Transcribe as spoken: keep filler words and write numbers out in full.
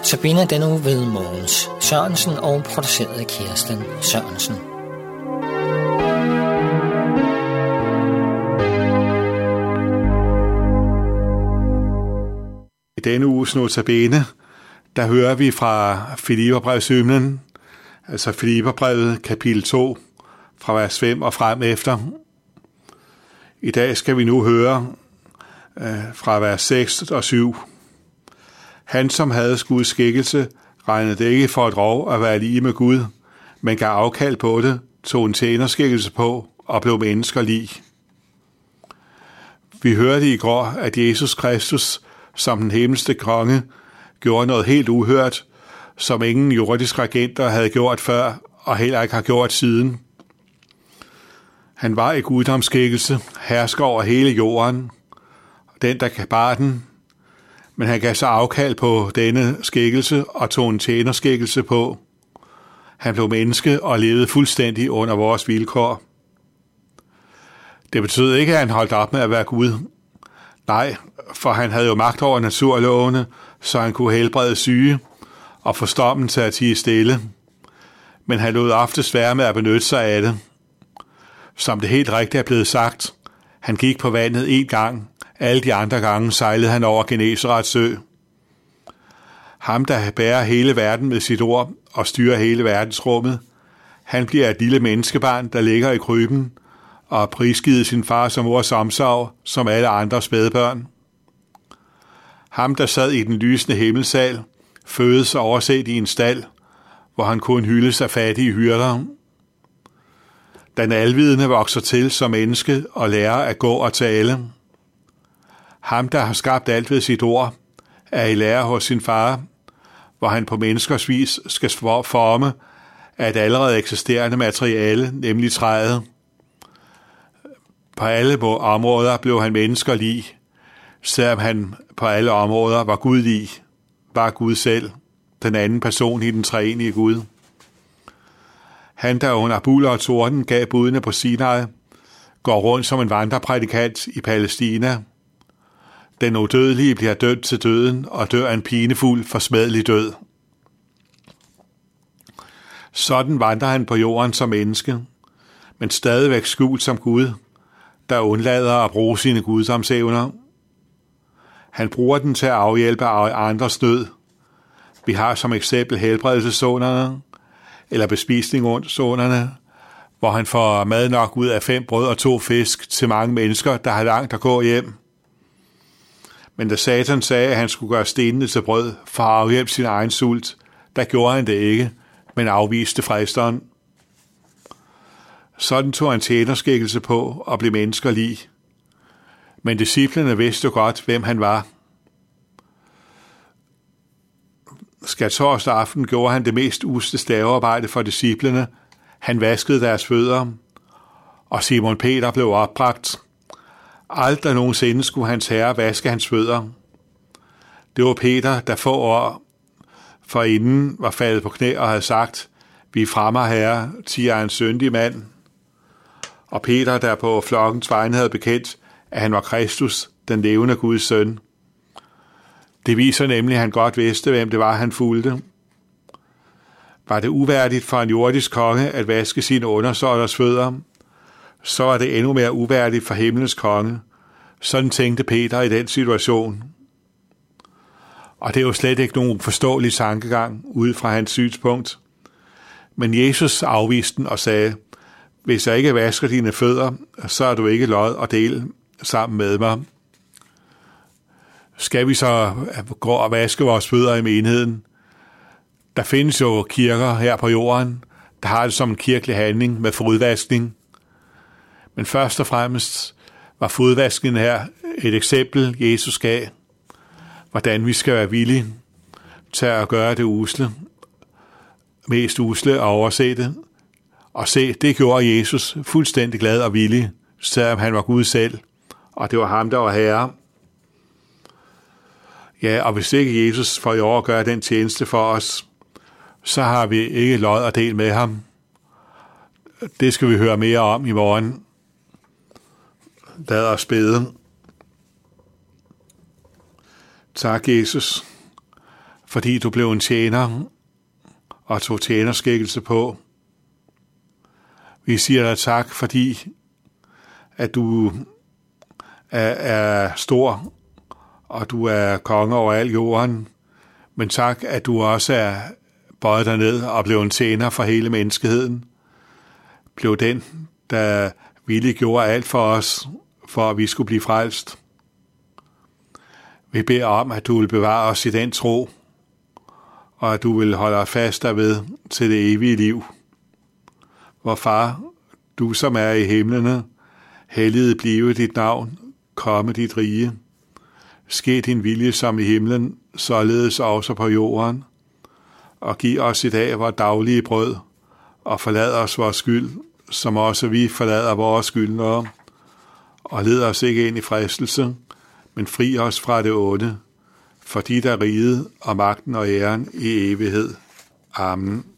Notabene denne uge ved Mogens Sørensen og produceret af Kirsten Sørensen. I denne uges notabene, der hører vi fra Filipperbrevshymnen, altså Filipperbrevet kapitel to, fra vers fem og frem efter. I dag skal vi nu høre øh, fra vers seks og syv. Han, som havde Guds skikkelse, regnede det ikke for et rov at være lige med Gud, men gav afkald på det, tog en tjenerskikkelse på og blev mennesker lig. Vi hørte i går, at Jesus Kristus, som den himmelske konge, gjorde noget helt uhørt, som ingen jordiske regenter havde gjort før, og heller ikke har gjort siden. Han var i guddomsskikkelse, hersker over hele jorden, den der kan bare den, men han gav sig afkald på denne skikkelse og tog en tjenerskikkelse på. Han blev menneske og levede fuldstændig under vores vilkår. Det betød ikke, at han holdt op med at være Gud. Nej, for han havde jo magt over naturlovene, så han kunne helbrede syge og få stormen til at tie stille. Men han lod ofte være med at benytte sig af det. Som det helt rigtigt er blevet sagt, han gik på vandet en gang, alle de andre gange sejlede han over Genesarets sø. Ham, der bærer hele verden med sit ord og styrer hele verdensrummet, han bliver et lille menneskebarn, der ligger i kryben og har prisgivet sin far som mors omsorg, som alle andre spædbørn. Ham, der sad i den lysende himmelsal, fødes og overset i en stald, hvor han kun hyldes af fattige hyrder. Den alvidende vokser til som menneske og lærer at gå og tale. Ham, der har skabt alt ved sit ord, er i lære hos sin far, hvor han på menneskers vis skal forme af et allerede eksisterende materiale, nemlig træet. På alle områder blev han mennesker lig, selvom han på alle områder var Gud lig, var Gud selv, den anden person i den treenige Gud. Han, der under bulder og torden gav budene på Sinai, går rundt som en vandreprædikant i Palæstina. Den udødelige bliver dømt til døden og dør en pinefuld, forsmædelig død. Sådan vandrer han på jorden som menneske, men stadigvæk skjult som Gud, der undlader at bruge sine guddomsevner. Han bruger den til at afhjælpe andres nød. Vi har som eksempel helbredelseszonerne, eller bespisningszonerne, hvor han får mad nok ud af fem brød og to fisk til mange mennesker, der har langt at gå hjem. Men da Satan sagde, at han skulle gøre stenene til brød for at afhjælpe sin egen sult, der gjorde han det ikke, men afviste fristeren. Sådan tog han tjenerskikkelse på og blev mennesker lig. Men disciplene vidste jo godt, hvem han var. Skærtorsdag aften gjorde han det mest usle slavearbejde for disciplene. Han vaskede deres fødder, og Simon Peter blev opbragt. Aldrig nogensinde skulle hans herre vaske hans fødder. Det var Peter, der få år forinden var faldet på knæ og havde sagt, vi er fremme, herre, til jeg er en syndig mand. Og Peter, der på flokkens vegne havde bekendt, at han var Kristus, den levende Guds søn. Det viser nemlig, at han godt vidste, hvem det var, han fulgte. Var det uværdigt for en jordisk konge at vaske sine undersåtters fødder, så var det endnu mere uværdigt for himlens konge. Sådan tænkte Peter i den situation. Og det er jo slet ikke nogen forståelig tankegang ud fra hans synspunkt. Men Jesus afviste den og sagde, hvis jeg ikke vasker dine fødder, så er du ikke lod og del sammen med mig. Skal vi så gå og vaske vores fødder i menigheden? Der findes jo kirker her på jorden, der har det som en kirkelig handling med fodvaskning. Men først og fremmest var fodvaskningen her et eksempel, Jesus gav, hvordan vi skal være villige til at gøre det usle, mest usle og overse det. Og se, det gjorde Jesus fuldstændig glad og villig, selvom han var Gud selv, og det var ham, der var herre. Ja, og hvis ikke Jesus får i år at gøre den tjeneste for os, så har vi ikke lod og del med ham. Det skal vi høre mere om i morgen. Lad os bede. Tak, Jesus, fordi du blev en tjener og tog tjenerskikkelse på. Vi siger dig tak, fordi at du er, er stor, og du er konge over al jorden, men tak, at du også er bøjet dig ned og blev en tjener for hele menneskeheden. Blev den, der ville gjorde alt for os, for at vi skulle blive frelst. Vi beder om, at du vil bevare os i den tro, og at du vil holde os fast derved til det evige liv. Vor far, du som er i himlene, helliget blive dit navn, komme dit rige. Ske din vilje som i himlen, således også på jorden. Og giv os i dag vores daglige brød, og forlad os vores skyld, som også vi forlader vores skyldnere. Og led os ikke ind i fristelse, men fri os fra det onde, for dit er riget og magten og æren i evighed. Amen.